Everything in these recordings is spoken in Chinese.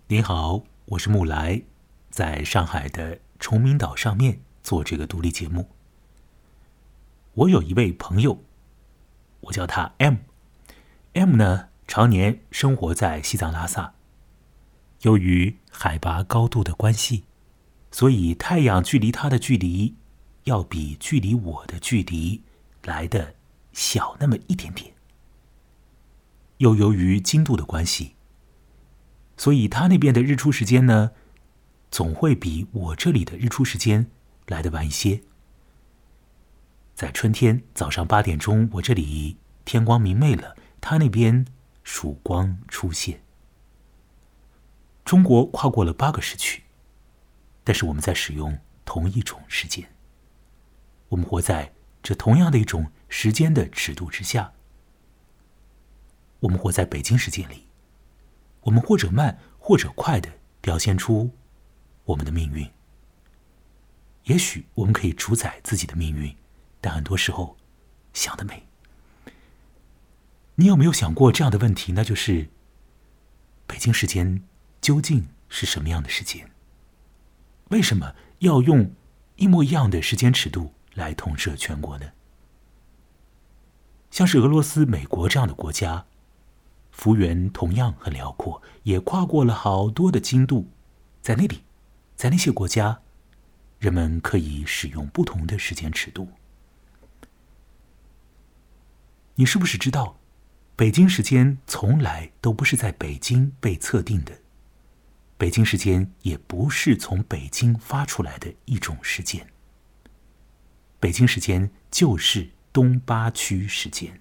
您好，我是木来，在上海的崇明岛上面做这个独立节目。我有一位朋友，我叫他 M 呢，常年生活在西藏拉萨。由于海拔高度的关系，所以太阳距离他的距离要比距离我的距离来的小那么一点点。又由于经度的关系，所以他那边的日出时间呢，总会比我这里的日出时间来得晚一些。在春天早上8点钟，我这里天光明媚了，他那边曙光出现。中国跨过了8个时区，但是我们在使用同一种时间。我们活在这同样的一种时间的尺度之下。我们活在北京时间里，我们或者慢或者快的表现出我们的命运。也许我们可以主宰自己的命运，但很多时候想得美。你有没有想过这样的问题？那就是北京时间究竟是什么样的时间？为什么要用一模一样的时间尺度来统摄全国呢？像是俄罗斯、美国这样的国家，幅员同样很辽阔，也跨过了好多的经度。在那里，在那些国家，人们可以使用不同的时间尺度。你是不是知道，北京时间从来都不是在北京被测定的？北京时间也不是从北京发出来的一种时间。北京时间就是东8区时间。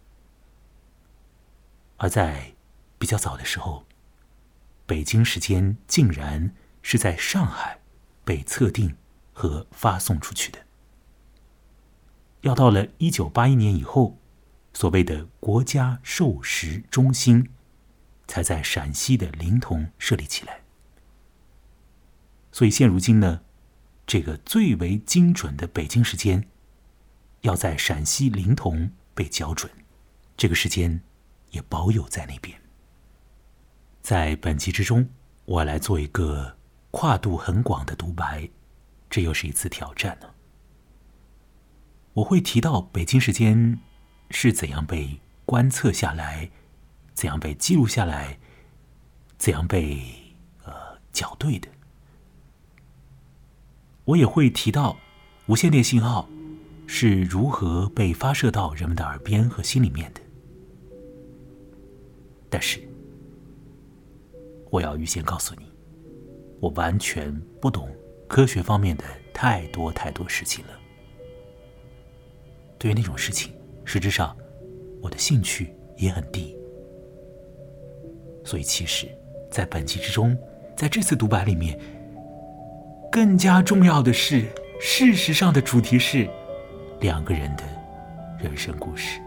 而在比较早的时候，北京时间竟然是在上海被测定和发送出去的。要到了1981年以后，所谓的国家授时中心才在陕西的临潼设立起来。所以现如今呢，这个最为精准的北京时间要在陕西临潼被校准，这个时间也保有在那边。在本集之中，我来做一个跨度很广的独白，这又是一次挑战呢。我会提到北京时间是怎样被观测下来，怎样被记录下来，怎样被校对的。我也会提到无线电信号是如何被发射到人们的耳边和心里面的。但是我要预先告诉你，我完全不懂科学方面的太多事情了。对于那种事情，实质上我的兴趣也很低。所以其实在本集之中，在这次独白里面，更加重要的是，事实上的主题是2个人的人生故事。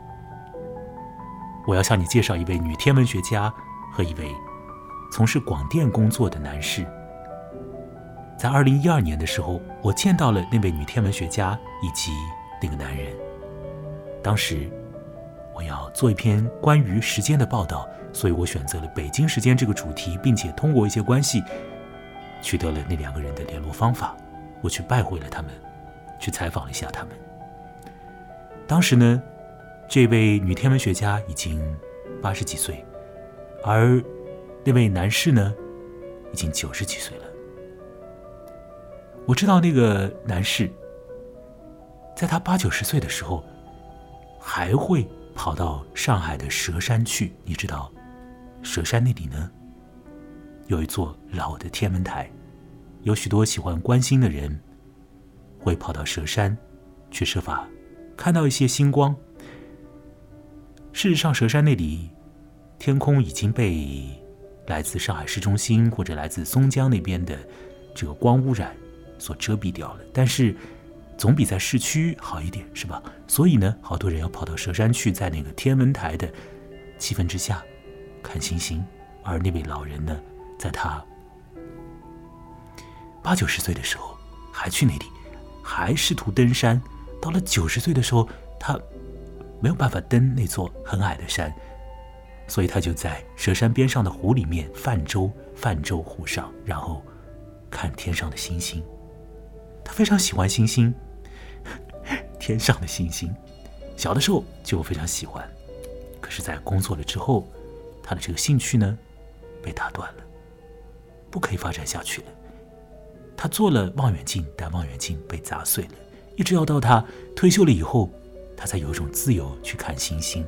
我要向你介绍一位女天文学家和一位从事广电工作的男士。在2012年的时候，我见到了那位女天文学家以及那个男人。当时我要做一篇关于时间的报道，所以我选择了北京时间这个主题，并且通过一些关系取得了那2个人的联络方法。我去拜会了他们，去采访了一下他们。当时呢，这位女天文学家已经80几岁，而那位男士呢，已经90几岁了。我知道那个男士在他80、90岁的时候，还会跑到上海的佘山去。你知道佘山那里呢，有一座老的天文台，有许多喜欢观星的人会跑到佘山去设法看到一些星光。事实上，佘山那里天空已经被来自上海市中心或者来自松江那边的这个光污染所遮蔽掉了，但是总比在市区好一点，是吧？所以呢，好多人要跑到佘山去，在那个天文台的气氛之下看星星。而那位老人呢，在他80、90岁的时候还去那里，还试图登山。到了90岁的时候，他没有办法登那座很矮的山， 所以他就在蛇山边上的湖里面泛舟，泛舟湖上，然后看天上的星星。他非常喜欢星星，天上的星星。小的时候就非常喜欢，可是在工作了之后，他的这个兴趣呢被打断了，不可以发展下去了。他做了望远镜，但望远镜被砸碎了，一直要到他退休了以后，他才有一种自由去看星星。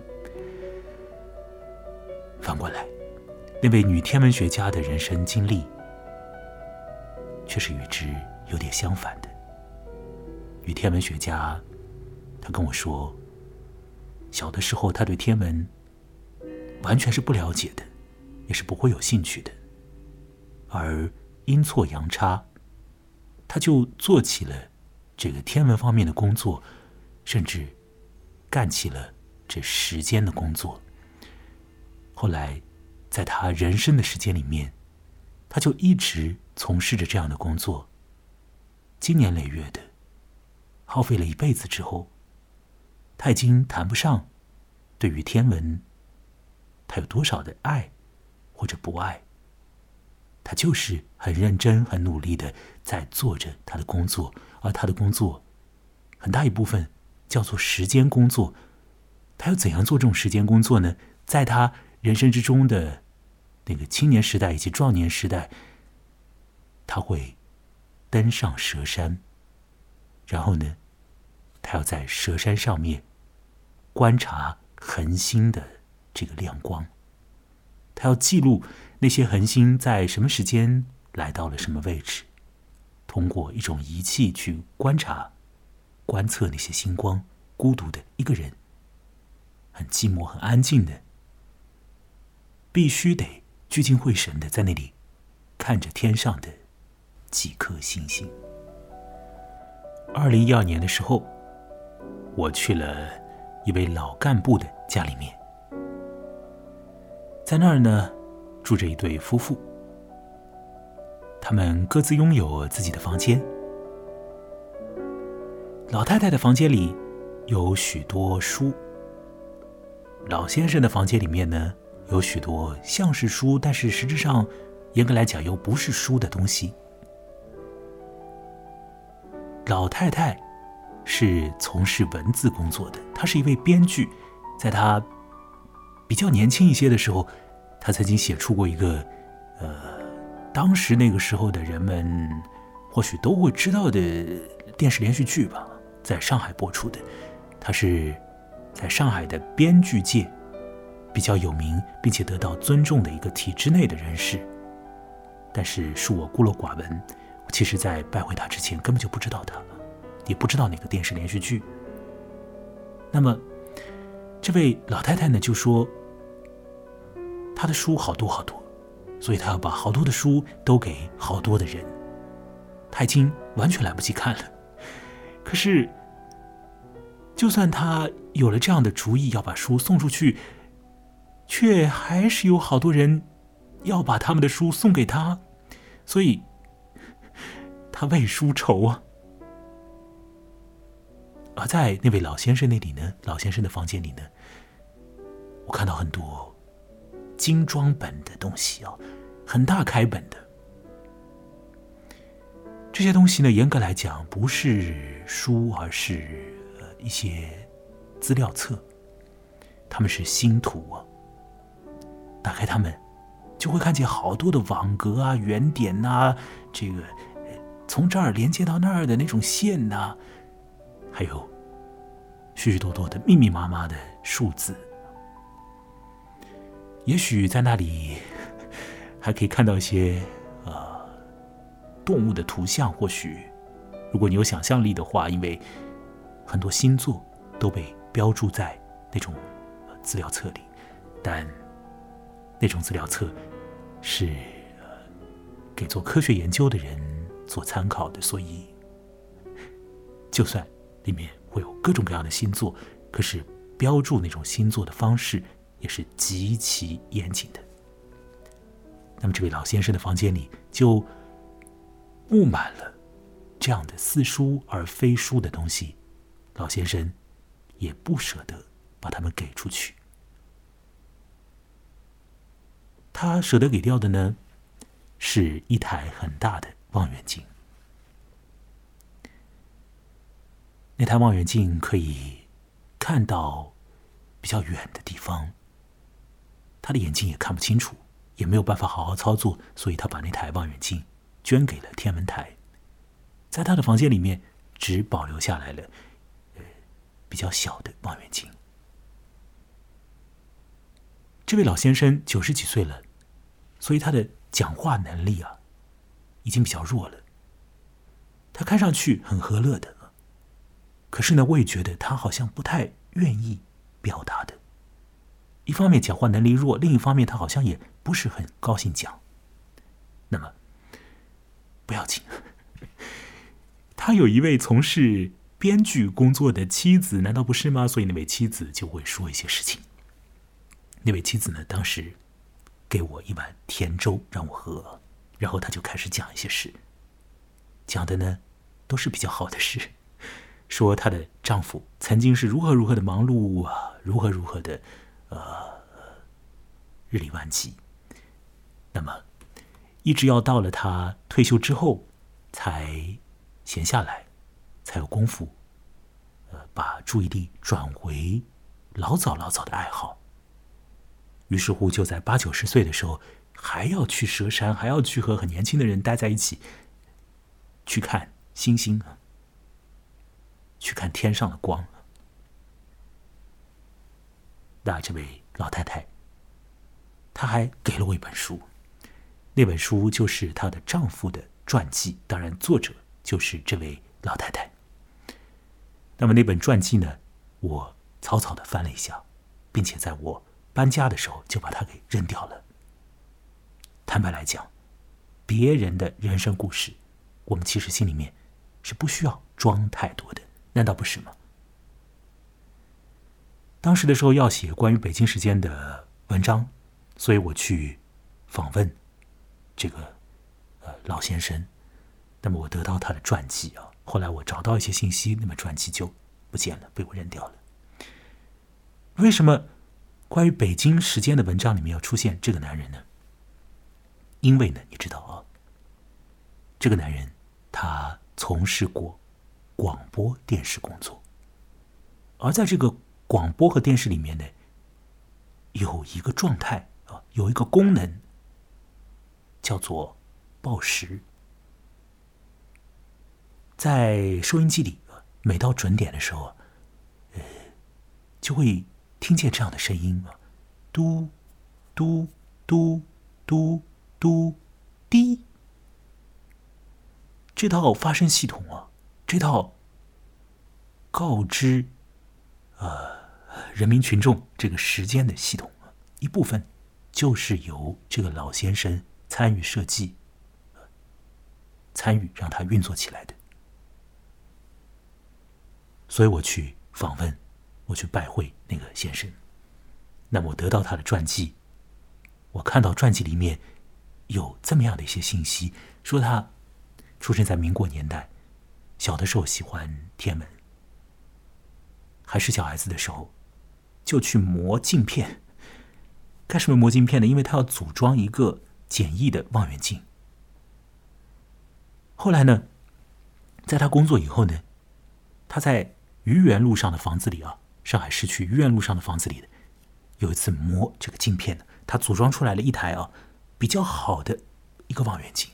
反过来，那位女天文学家的人生经历却是与之有点相反的。女天文学家她跟我说，小的时候她对天文完全是不了解的，也是不会有兴趣的，而阴错阳差，她就做起了这个天文方面的工作，甚至干起了这时间的工作。后来在她人生的时间里面，她就一直从事着这样的工作，经年累月的耗费了一辈子之后，她已经谈不上对于天文她有多少的爱或者不爱，她就是很认真很努力的在做着她的工作，而她的工作很大一部分叫做时间工作。她要怎样做这种时间工作呢？在她人生之中的那个青年时代以及壮年时代，她会登上蛇山，然后呢，她要在蛇山上面观察恒星的这个亮光，她要记录那些恒星在什么时间来到了什么位置，通过一种仪器去观察观测那些星光，孤独的一个人，很寂寞很安静的，必须得聚精会神的在那里看着天上的几颗星星。2012年的时候，我去了一位老干部的家里面，在那儿呢住着一对夫妇，他们各自拥有自己的房间。老太太的房间里有许多书，老先生的房间里面呢有许多像是书，但是实质上严格来讲又不是书的东西。老太太是从事文字工作的，她是一位编剧，在她比较年轻一些的时候，她曾经写出过一个当时那个时候的人们或许都会知道的电视连续剧吧，在上海播出的。她是在上海的编剧界比较有名并且得到尊重的一个体制内的人士，但是恕我孤陋寡闻，我其实在拜会他之前根本就不知道他，也不知道哪个电视连续剧。那么这位老太太呢就说她的书好多好多，所以她要把好多的书都给好多的人，她已经完全来不及看了。可是就算她有了这样的主意要把书送出去，却还是有好多人要把他们的书送给他，所以他为书愁啊。而在那位老先生那里呢，老先生的房间里呢，我看到很多精装本的东西啊，很大开本的。这些东西呢，严格来讲不是书，而是一些资料册，他们是星图啊。打开它们，就会看见好多的网格啊、圆点啊，这个从这儿连接到那儿的那种线啊，还有许许多多的密密麻麻的数字。也许在那里还可以看到一些动物的图像，或许如果你有想象力的话，因为很多星座都被标注在那种资料册里，但那种资料册是给做科学研究的人做参考的，所以就算里面会有各种各样的星座，可是标注那种星座的方式也是极其严谨的。那么这位老先生的房间里就布满了这样的似书而非书的东西，老先生也不舍得把它们给出去。 他舍得给掉的呢，是一台很大的望远镜。那台望远镜可以看到比较远的地方，他的眼睛也看不清楚，也没有办法好好操作，所以他把那台望远镜捐给了天文台。在他的房间里面只保留下来了比较小的望远镜。这位老先生90几岁了，所以他的讲话能力啊已经比较弱了。他看上去很和乐的，可是呢，我也觉得他好像不太愿意表达的。一方面讲话能力弱，另一方面他好像也不是很高兴讲。那么不要紧，他有一位从事编剧工作的妻子，难道不是吗？所以那位妻子就会说一些事情。那位妻子呢，当时给我一碗甜粥让我喝，然后他就开始讲一些事，讲的呢都是比较好的事，说她的丈夫曾经是如何如何的忙碌啊，如何如何的日理万机，那么一直要到了他退休之后才闲下来，才有功夫把注意力转回老早的爱好。于是乎就在80、90岁的时候，还要去蛇山，还要去和很年轻的人待在一起，去看星星，去看天上的光。那这位老太太，她还给了我一本书，那本书就是她的丈夫的传记，当然作者就是这位老太太。那么那本传记呢，我草草的翻了一下，并且在我搬家的时候就把它给扔掉了。坦白来讲，别人的人生故事，我们其实心里面是不需要装太多的，难道不是吗？当时的时候要写关于北京时间的文章，所以我去访问这个老先生。那么我得到他的传记啊，后来我找到一些信息，那么传记就不见了，被我扔掉了。为什么关于北京时间的文章里面要出现这个男人呢？因为呢，你知道啊，这个男人他从事过广播电视工作，而在这个广播和电视里面呢，有一个状态啊，有一个功能叫做报时。在收音机里，每到准点的时候，就会听见这样的声音啊，嘟嘟嘟嘟嘟滴。这套发声系统啊，这套告知人民群众这个时间的系统，一部分就是由这个老先生参与设计，参与让它运作起来的。所以我去访问，我去拜会那个先生。那么我得到他的传记，我看到传记里面有这么样的一些信息，说他出生在民国年代，小的时候喜欢天文，还是小孩子的时候就去磨镜片。干什么磨镜片呢？因为他要组装一个简易的望远镜。后来呢，在他工作以后呢，他在愚园路上的房子里啊，上海市区愚园路上的房子里的，有一次磨这个镜片，他组装出来了一台啊比较好的一个望远镜。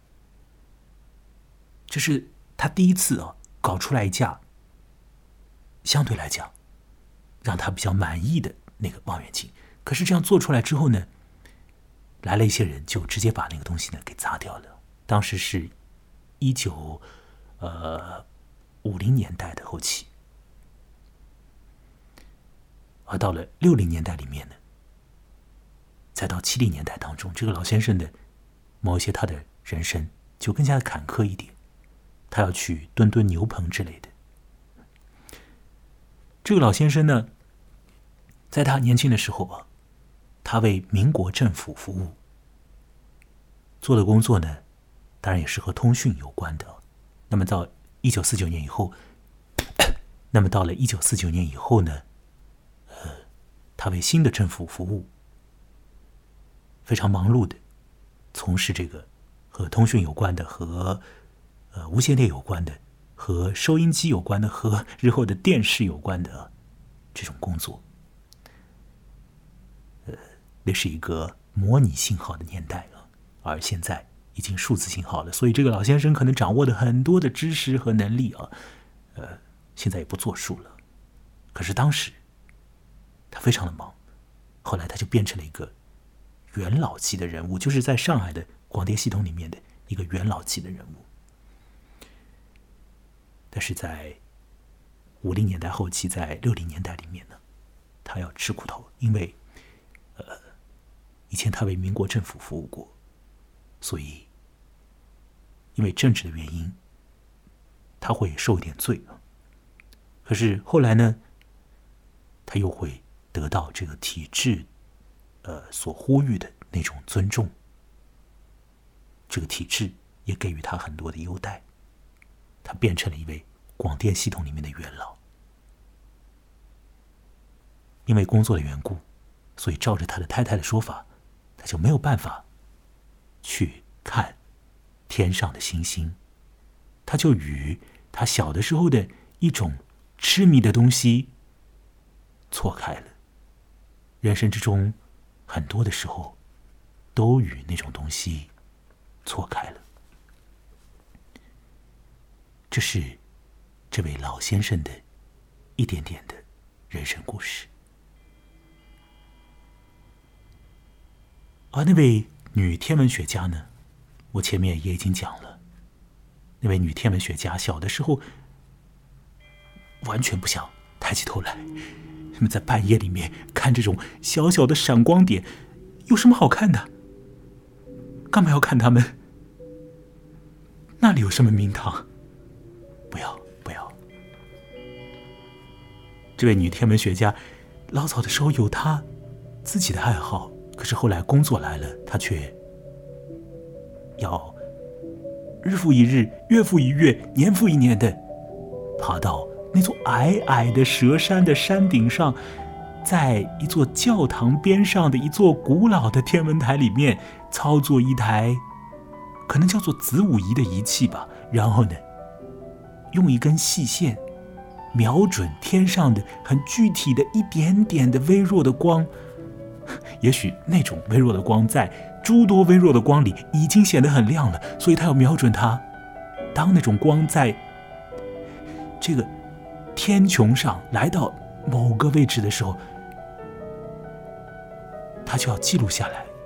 这是他第一次啊搞出来一架相对来讲让他比较满意的那个望远镜。可是这样做出来之后呢，来了一些人就直接把那个东西呢给砸掉了。当时是1950年代的后期。而到了60年代里面呢，再到70年代当中，这个老先生的某一些他的人生就更加的坎坷一点，他要去蹲牛棚之类的。这个老先生呢，在他年轻的时候啊，他为民国政府服务，做的工作呢，当然也是和通讯有关的。那么到1949年以后，到了1949年以后呢，他为新的政府服务， 非常忙碌的从事这个和通讯有关的、和无线电有关的、和收音机有关的、和日后的电视有关的这种工作。那是一个模拟信号的年代啊，而现在已经数字信号了，所以这个老先生可能掌握的很多的知识和能力啊，现在也不作数了。可是当时他非常的忙，后来他就变成了一个元老级的人物，就是在上海的广电系统里面的一个元老级的人物。但是在50年代后期，在60年代里面呢，他要吃苦头，因为以前他为民国政府服务过，所以因为政治的原因，他会受一点罪啊。可是后来呢，他又会得到这个体制所呼吁的那种尊重，这个体制也给予他很多的优待，他变成了一位广电系统里面的元老。因为工作的缘故，所以照着他的太太的说法，他就没有办法去看天上的星星，他就与他小的时候的一种痴迷的东西错开了。人生之中很多的时候都与那种东西错开了。这是这位老先生的一点点的人生故事。而那位女天文学家呢，我前面也已经讲了，那位女天文学家小的时候完全不想抬起头来，那么在半夜里面看这种小小的闪光点有什么好看的？干嘛要看他们？那里有什么名堂？不要。这位女天文学家老早的时候有她自己的爱好，可是后来工作来了，她却要日复一日、月复一月、年复一年的爬到那座矮矮的蛇山的山顶上，在一座教堂边上的一座古老的天文台里面操作一台可能叫做子午仪的仪器吧，然后呢，用一根细线瞄准天上的很具体的一点点的微弱的光，也许那种微弱的光在诸多微弱的光里已经显得很亮了，所以他要瞄准它。当那种光在这个天穹上来到某个位置的时候，他就要记录下来，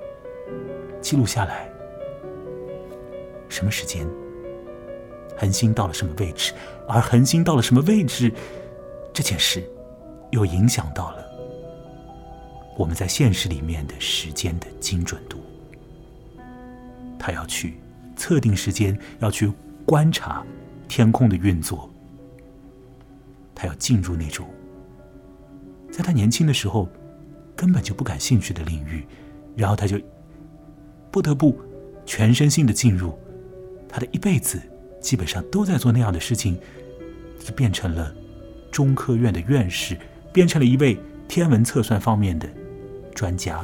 什么时间恒星到了什么位置，而恒星到了什么位置这件事又影响到了我们在现实里面的时间的精准度。他要去测定时间，要去观察天空的运作，他要进入那种在他年轻的时候根本就不感兴趣的领域，然后他就不得不全身心的进入，他的一辈子基本上都在做那样的事情，就变成了中科院的院士，变成了一位天文测算方面的专家，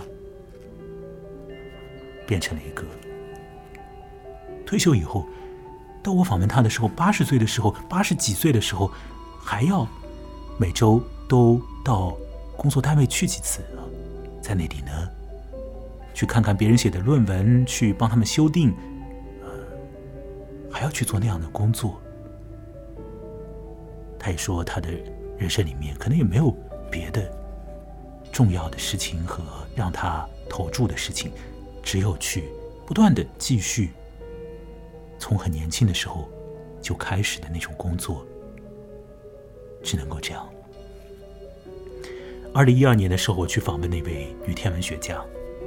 变成了一个退休以后，到我访问他的时候，80岁的时候，80几岁的时候，还要每周都到工作单位去几次啊，在那里呢，去看看别人写的论文，去帮他们修订，还要去做那样的工作。他也说他的人生里面可能也没有别的重要的事情和让他投注的事情，只有去不断的继续从很年轻的时候就开始的那种工作，只能够这样。2012年的时候，我去访问那位女天文学家，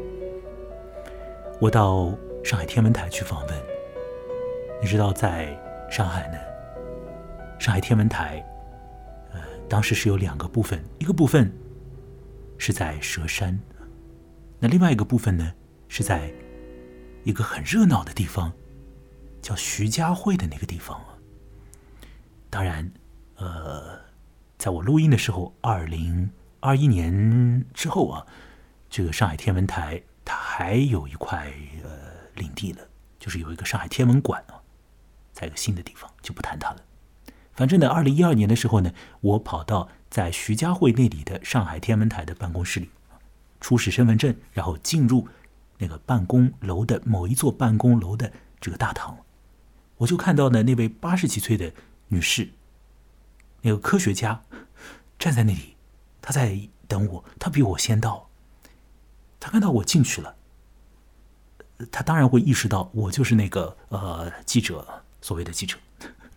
我到上海天文台去访问。你知道在上海呢，上海天文台当时是有2个部分，一个部分是在蛇山，那另外一个部分呢是在一个很热闹的地方，叫徐家汇的那个地方啊。当然在我录音的时候，2021年之后啊，这个上海天文台他还有一块领地了，就是有一个上海天文馆啊，在一个新的地方，就不谈它了。反正呢，2012年的时候呢，我跑到在徐家汇那里的上海天文台的办公室里，出示身份证，然后进入那个办公楼的某一座办公楼的这个大堂，我就看到呢那位80几岁的女士，那个科学家站在那里，她在等我，她比我先到。她看到我进去了，她当然会意识到我就是那个记者，所谓的记者。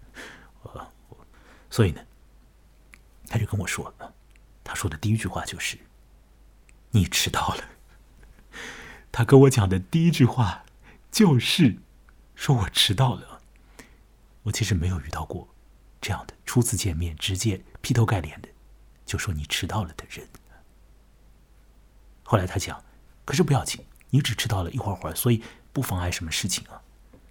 所以呢，他就跟我说，他说的第一句话就是“你迟到了”。他跟我讲的第一句话就是说我迟到了。我其实没有遇到过这样的初次见面直接劈头盖脸的就说你迟到了的人。后来他讲，可是不要紧，你只迟到了一会儿，所以不妨碍什么事情啊。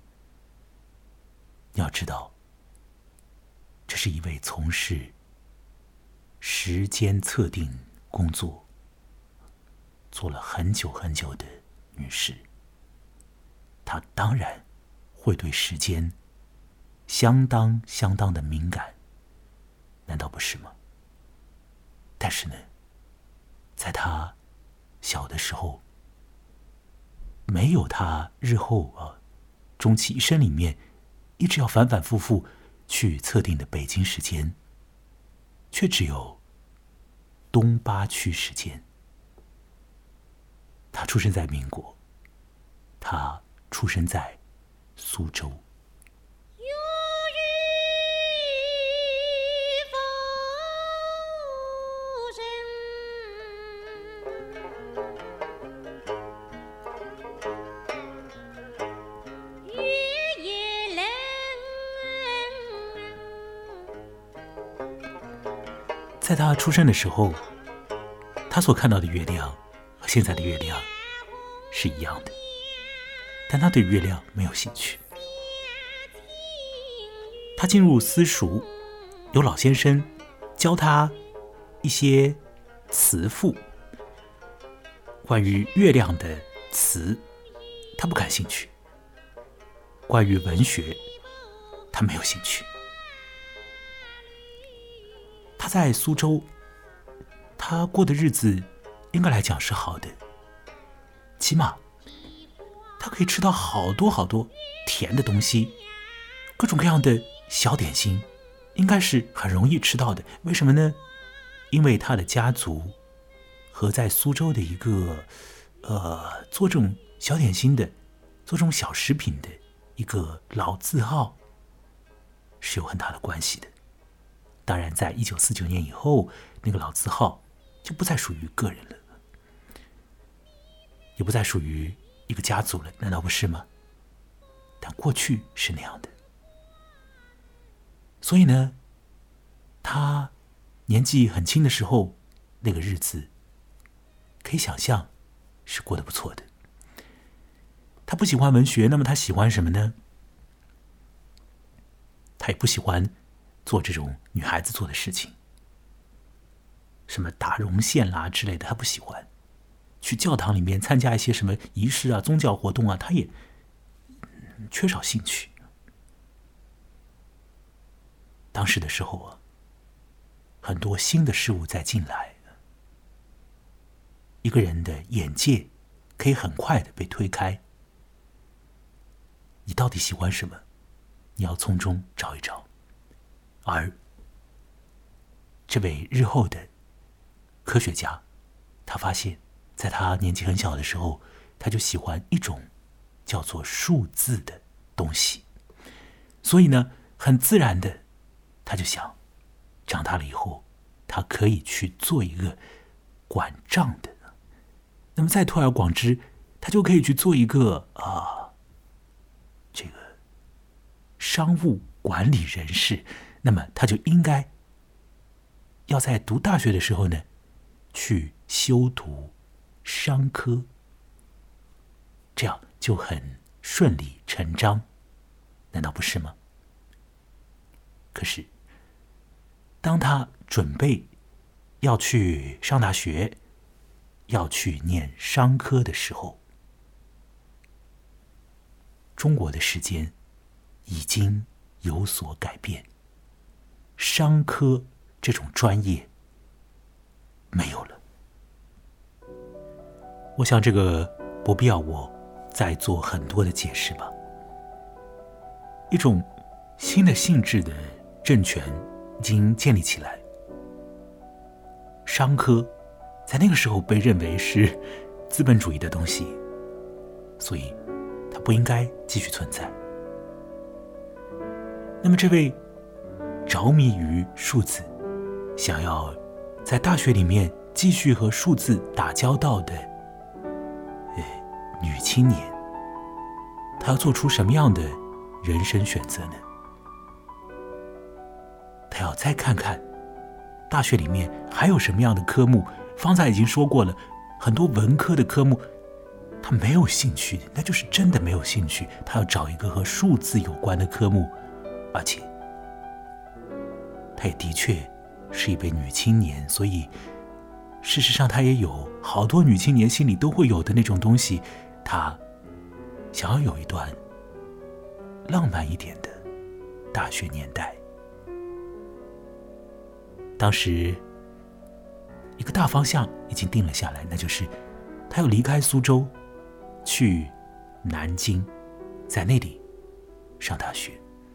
你要知道，这是一位从事时间测定工作做了很久很久的女士，她当然会对时间相当的敏感，难道不是吗？但是呢，在她小的时候，没有她日后终其一生里面一直要反反复复去测定的北京时间，却只有东八区时间。他出生在民国，他出生在苏州。在他出生的时候，他所看到的月亮和现在的月亮是一样的，但他对月亮没有兴趣。他进入私塾，有老先生教他一些词赋，关于月亮的词他不感兴趣，关于文学他没有兴趣。他在苏州，他过的日子应该来讲是好的，起码他可以吃到好多甜的东西，各种各样的小点心，应该是很容易吃到的。为什么呢？因为他的家族和在苏州的一个做这种小点心的、做这种小食品的一个老字号是有很大的关系的。当然在1949年以后，那个老字号就不再属于个人了，也不再属于一个家族了，难道不是吗？但过去是那样的。所以呢，他年纪很轻的时候，那个日子可以想象是过得不错的。他不喜欢文学，那么他喜欢什么呢？他也不喜欢做这种女孩子做的事情，什么打绒线啦之类的，他不喜欢。去教堂里面参加一些什么仪式啊、宗教活动啊，他也缺少兴趣。当时的时候啊，很多新的事物在进来，一个人的眼界可以很快的被推开。你到底喜欢什么？你要从中找一找。而这位日后的科学家，他发现在他年纪很小的时候，他就喜欢一种叫做数字的东西，所以呢，很自然的他就想，长大了以后他可以去做一个管账的，那么再推而广之，他就可以去做一个这个商务管理人士。那么他就应该要在读大学的时候呢，去修读商科，这样就很顺理成章，难道不是吗？可是当他准备要去上大学，要去念商科的时候， 中国的时间已经有所改变，商科这种专业没有了。我想这个不必要我再做很多的解释吧。一种新的性质的政权已经建立起来，商科在那个时候被认为是资本主义的东西，所以它不应该继续存在。那么这位着迷于数字，想要在大学里面继续和数字打交道的女青年，她要做出什么样的人生选择呢？她要再看看大学里面还有什么样的科目。方才已经说过了，很多文科的科目她没有兴趣，那就是真的没有兴趣。她要找一个和数字有关的科目，而且她也的确是一位女青年，所以事实上她也有好多女青年心里都会有的那种东西，她想要有一段浪漫一点的大学年代。当时一个大方向已经定了下来，那就是他要离开苏州去南京，在那里上大学。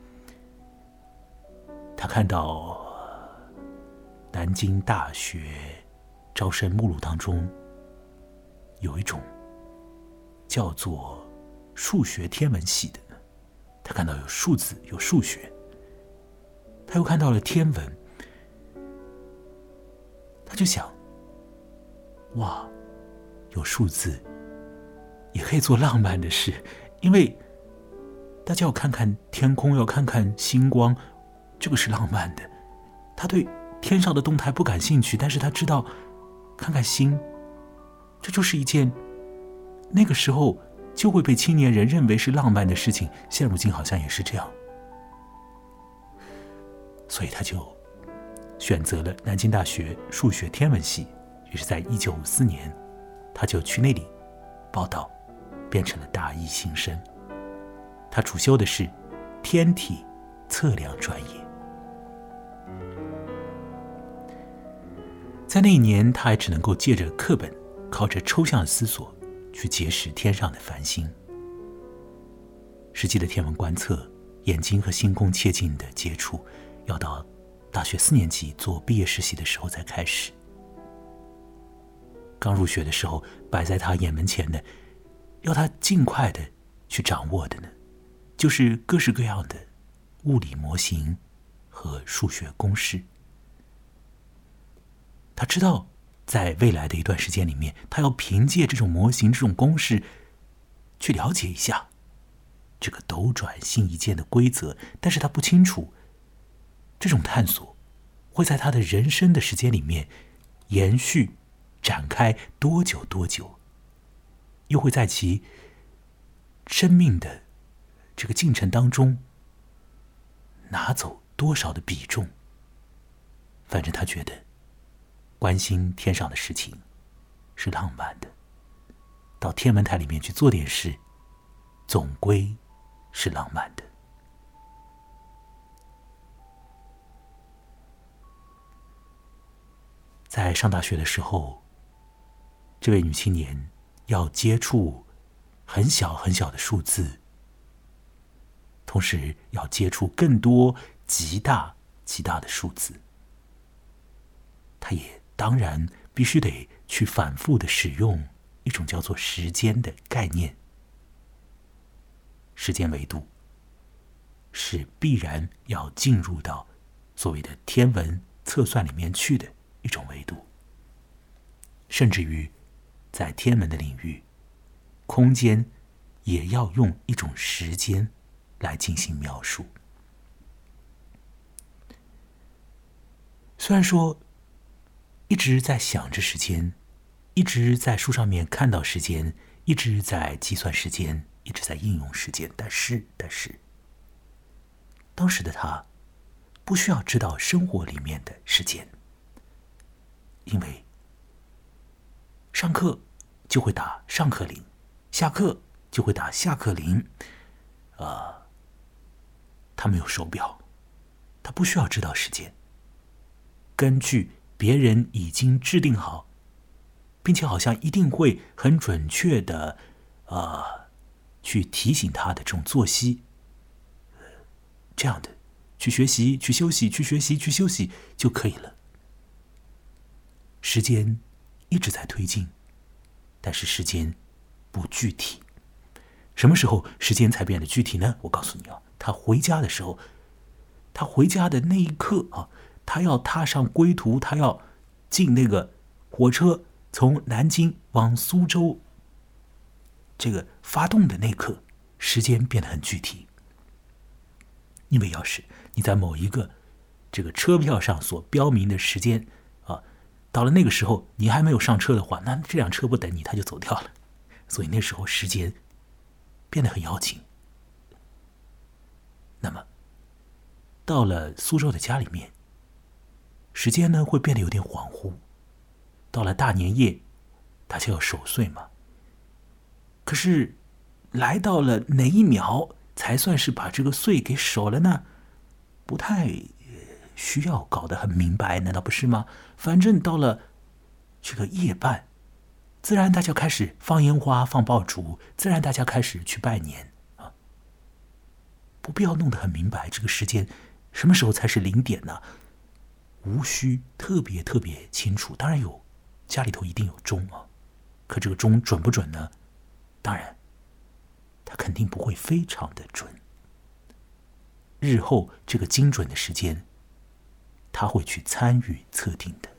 他看到南京大学招生目录当中有一种叫做数学天文系的，他看到有数字有数学，他又看到了天文，他就想，哇，有数字也可以做浪漫的事，因为大家要看看天空，要看看星光，这个是浪漫的。他对天上的动态不感兴趣，但是他知道看看星，这就是一件那个时候就会被青年人认为是浪漫的事情，现如今好像也是这样。所以他就选择了南京大学数学天文系，于是在1954年他就去那里报到，变成了大一新生。他主修的是天体测量专业。在那一年，他还只能够借着课本，靠着抽象的思索去结识天上的繁星。实际的天文观测，眼睛和星空切近的接触，要到大学4年级做毕业实习的时候才开始。刚入学的时候，摆在他眼门前的，要他尽快的去掌握的呢，就是各式各样的物理模型和数学公式。他知道在未来的一段时间里面，他要凭借这种模型这种公式去了解一下这个斗转星移间的规则，但是他不清楚这种探索会在他的人生的时间里面延续展开多久多久，又会在其生命的这个进程当中拿走多少的比重。反正他觉得关心天上的事情是浪漫的，到天文台里面去做点事总归是浪漫的。在上大学的时候，这位女青年要接触很小很小的数字，同时要接触更多极大极大的数字。她也当然必须得去反复的使用一种叫做时间的概念。时间维度是必然要进入到所谓的天文测算里面去的一种维度，甚至于在天文的领域，空间也要用一种时间来进行描述。虽然说一直在想着时间，一直在书上面看到时间，一直在计算时间，一直在应用时间，但是当时的他不需要知道生活里面的时间，因为上课就会打上课铃，下课就会打下课铃， 他没有手表，他不需要知道时间，根据别人已经制定好，并且好像一定会很准确的去提醒他的这种作息，这样的去学习、去休息、去学习、去休息就可以了。时间一直在推进，但是时间不具体。什么时候时间才变得具体呢？我告诉你啊，他回家的时候，他回家的那一刻啊，他要踏上归途，他要进那个火车从南京往苏州这个发动的那一刻，时间变得很具体。因为要是你在某一个这个车票上所标明的时间到了那个时候你还没有上车的话，那这辆车不等你，他就走掉了。所以那时候时间变得很要紧。那么到了苏州的家里面，时间呢会变得有点恍惚。到了大年夜，大家要守岁嘛。可是来到了哪一秒才算是把这个岁给守了呢？不太需要搞得很明白，难道不是吗？反正到了这个夜半，自然大家开始放烟花、放爆竹，自然大家开始去拜年啊。不必要弄得很明白，这个时间什么时候才是0点呢？无需特别清楚。当然有，家里头一定有钟啊，可这个钟准不准呢？当然，它肯定不会非常的准。日后这个精准的时间，他会去参与测定的。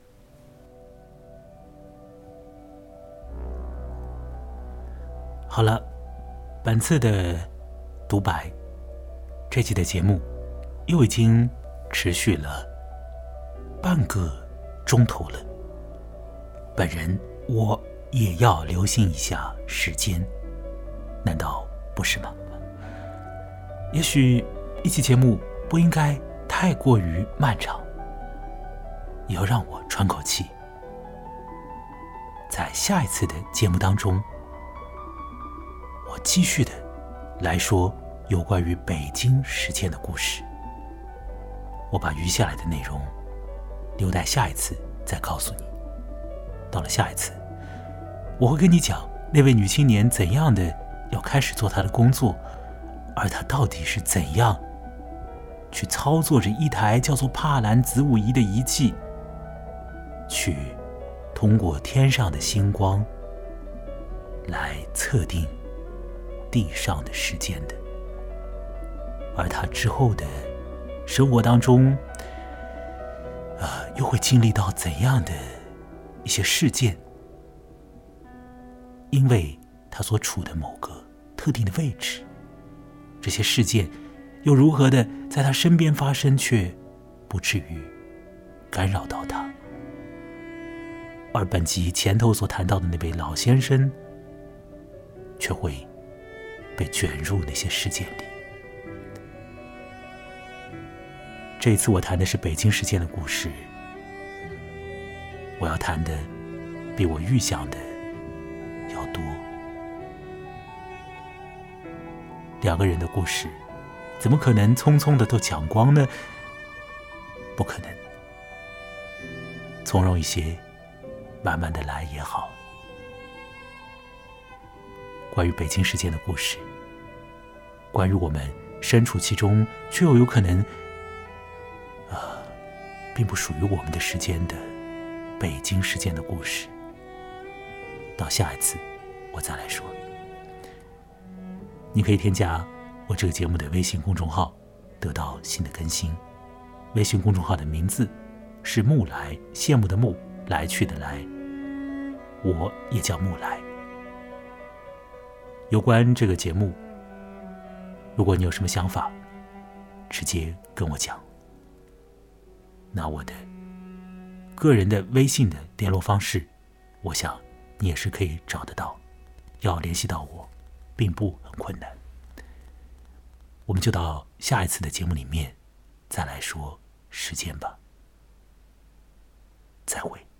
好了，本次的独白，这期的节目又已经持续了半个钟头了。本人我也要留心一下时间，难道不是吗？也许一期节目不应该太过于漫长，也要让我喘口气。在下一次的节目当中，我继续的来说有关于北京时间的故事。我把余下来的内容留待下一次再告诉你。到了下一次，我会跟你讲那位女青年怎样的要开始做她的工作，而她到底是怎样去操作着一台叫做帕兰子午仪的仪器，去通过天上的星光来测定地上的时间的。而他之后的生活当中又会经历到怎样的一些事件，因为他所处的某个特定的位置，这些事件又如何的在他身边发生，却不至于干扰到他。而本集前头所谈到的那位老先生，却会被卷入那些事件里。这一次我谈的是北京时间的故事，我要谈的比我预想的要多。2个人的故事怎么可能匆匆的都讲光呢？不可能，从容一些，慢慢的来也好。关于北京时间的故事，关于我们身处其中却又有可能并不属于我们的时间的北京时间的故事，到下一次我再来说。你可以添加我这个节目的微信公众号，得到新的更新。微信公众号的名字是木来，羡慕的慕，来去的来，我也叫木来。有关这个节目，如果你有什么想法，直接跟我讲。那我的个人的微信的联络方式，我想你也是可以找得到，要联系到我并不很困难。我们就到下一次的节目里面再来说时间吧。再会。